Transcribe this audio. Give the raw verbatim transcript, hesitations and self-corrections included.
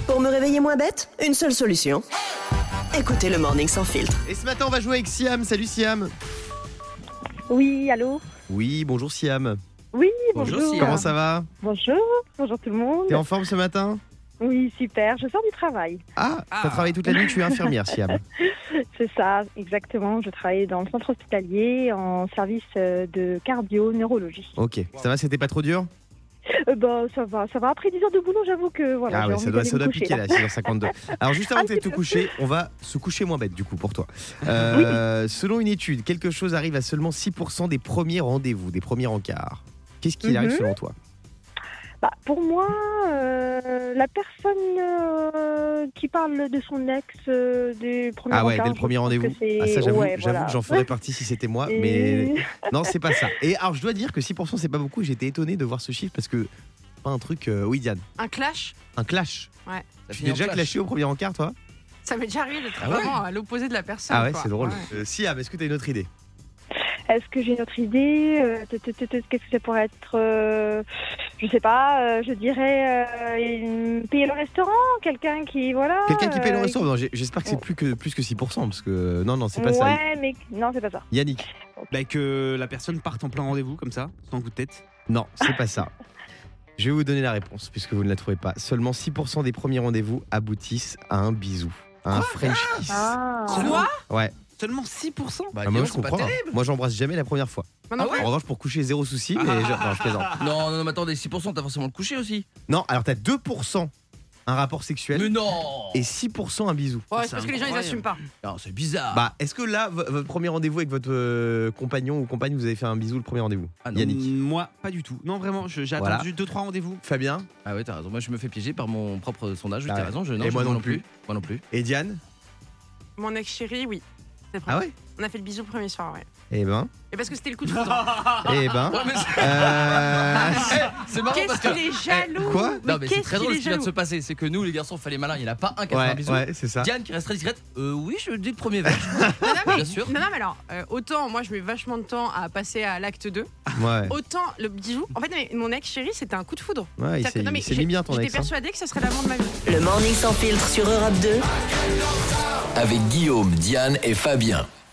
Pour me réveiller moins bête, une seule solution. Écoutez le Morning Sans Filtre. Et ce matin, on va jouer avec Siam. Salut Siam. Oui, allô? Oui, bonjour Siam. Oui, Bonjour bonjour. Siam. Comment ça va? Bonjour, bonjour tout le monde. T'es en forme ce matin? Oui, super, je sors du travail. Ah, t'as travaillé toute la nuit, tu es infirmière Siam. C'est ça, exactement. Je travaille dans le centre hospitalier en service euh, de cardio-neurologie. Ok, ça va, c'était pas trop dur? Euh, bah, ça va, ça va. Après dix heures de boulot, j'avoue que voilà. Ah j'ai ouais, envie ça doit, d'aller ça me doit coucher, piquer là, six heures cinquante-deux. Alors juste avant Un de te petit peu. coucher, on va se coucher moins bête du coup pour toi. Euh, Selon une étude, quelque chose arrive à seulement six pour cent des premiers rendez-vous, des premiers encarts. Qu'est-ce qui arrive Mhm. selon toi? Bah, pour moi, euh, la personne euh, qui parle de son ex euh, du premier Ah ouais, encart, dès le je premier pense rendez-vous. que c'est- Ah ça j'avoue, ouais, j'avoue voilà. que j'en ferais partie si c'était moi, Et- mais non c'est pas ça. Et alors je dois dire que six pour cent c'est pas beaucoup, j'étais étonné de voir ce chiffre parce que pas un truc, euh, oui Diane, Un clash. un clash. Ouais. Tu t'es déjà clashé au premier encart toi? Ça m'est déjà arrivé d'être Ah ouais vraiment à l'opposé de la personne. Ah ouais, quoi. c'est drôle. Ouais. Euh, Siam, est-ce que t'as une autre idée? Est-ce que j'ai une autre idée? Euh, t- t- t- t- Qu'est-ce que ça pourrait être? euh, Je sais pas, euh, je dirais euh, une- payer le restaurant, quelqu'un qui, voilà. Quelqu'un qui paye le euh, restaurant? Non, j'ai- j'espère que c'est plus que, plus que six pour cent parce que non, non, c'est pas ça. Ouais, mais non, c'est pas ça. Yannick? Bah que la personne parte en plein rendez-vous comme ça, sans coup de tête. Non, c'est pas ça. Je vais vous donner la réponse puisque vous ne la trouvez pas. Seulement six pour cent des premiers rendez-vous aboutissent à un bisou, à un French kiss. Ah. Quoi? Ouais. Seulement six pour cent. Bah, Ah, dis moi donc, je c'est pas comprends. hein. terrible. Moi j'embrasse jamais la première fois. Moi non plus. En revanche pour coucher zéro souci, mais je, non, je plaisante. Non, non, non, mais attendez, six pour cent, t'as forcément le coucher aussi. Non, alors t'as deux pour cent un rapport sexuel Mais non. et six pour cent un bisou. Ouais, c'est c'est parce que les gens ils incroyable. assument pas. Non, c'est bizarre. Bah, est-ce que là, v- votre premier rendez-vous avec votre euh, compagnon ou compagne, vous avez fait un bisou le premier rendez-vous? Ah non. Yannick? Moi, pas du tout. Non, vraiment, je- j'ai Voilà. attendu deux trois rendez-vous. Fabien? Ah ouais, t'as raison. Moi, je me fais piéger par mon propre sondage. Oui, Ah t'as ouais. raison. Je, non, Et je- moi non plus. Moi non plus. Et Diane? Mon ex-chéri, oui. C'est vrai. Ah ouais? On a fait le bisou le premier soir, ouais. Eh ben, Et parce que c'était le coup de foudre. eh ben. Ouais, mais c'est- Euh, c'est marrant parce Qu'est-ce que. qu'il est jaloux. quoi Mais Non, mais c'est qu'est-ce très qu'il drôle est ce qui vient de jaloux. se passer. C'est que nous, les garçons, fallait malin. Il n'y en a pas un qui a fait un Ouais, bisou. ouais, c'est ça. Diane qui reste très discrète. Euh, oui, je dis le premier verre. Non, non, mais, Bien sûr. non, non, mais alors, euh, autant moi je mets vachement de temps à passer à l'acte deux, Ouais. autant le bisou. En fait, mais mon ex-chéri, c'était un coup de foudre. Ouais, il C'est-à-dire s'est que- non, mais il s'est j'ai- mis bien ton J'étais ex. hein. persuadée que ce serait l'amour de ma vie. Le Morning Sans Filtre sur Europe deux. Avec Guillaume, Diane et Fabien.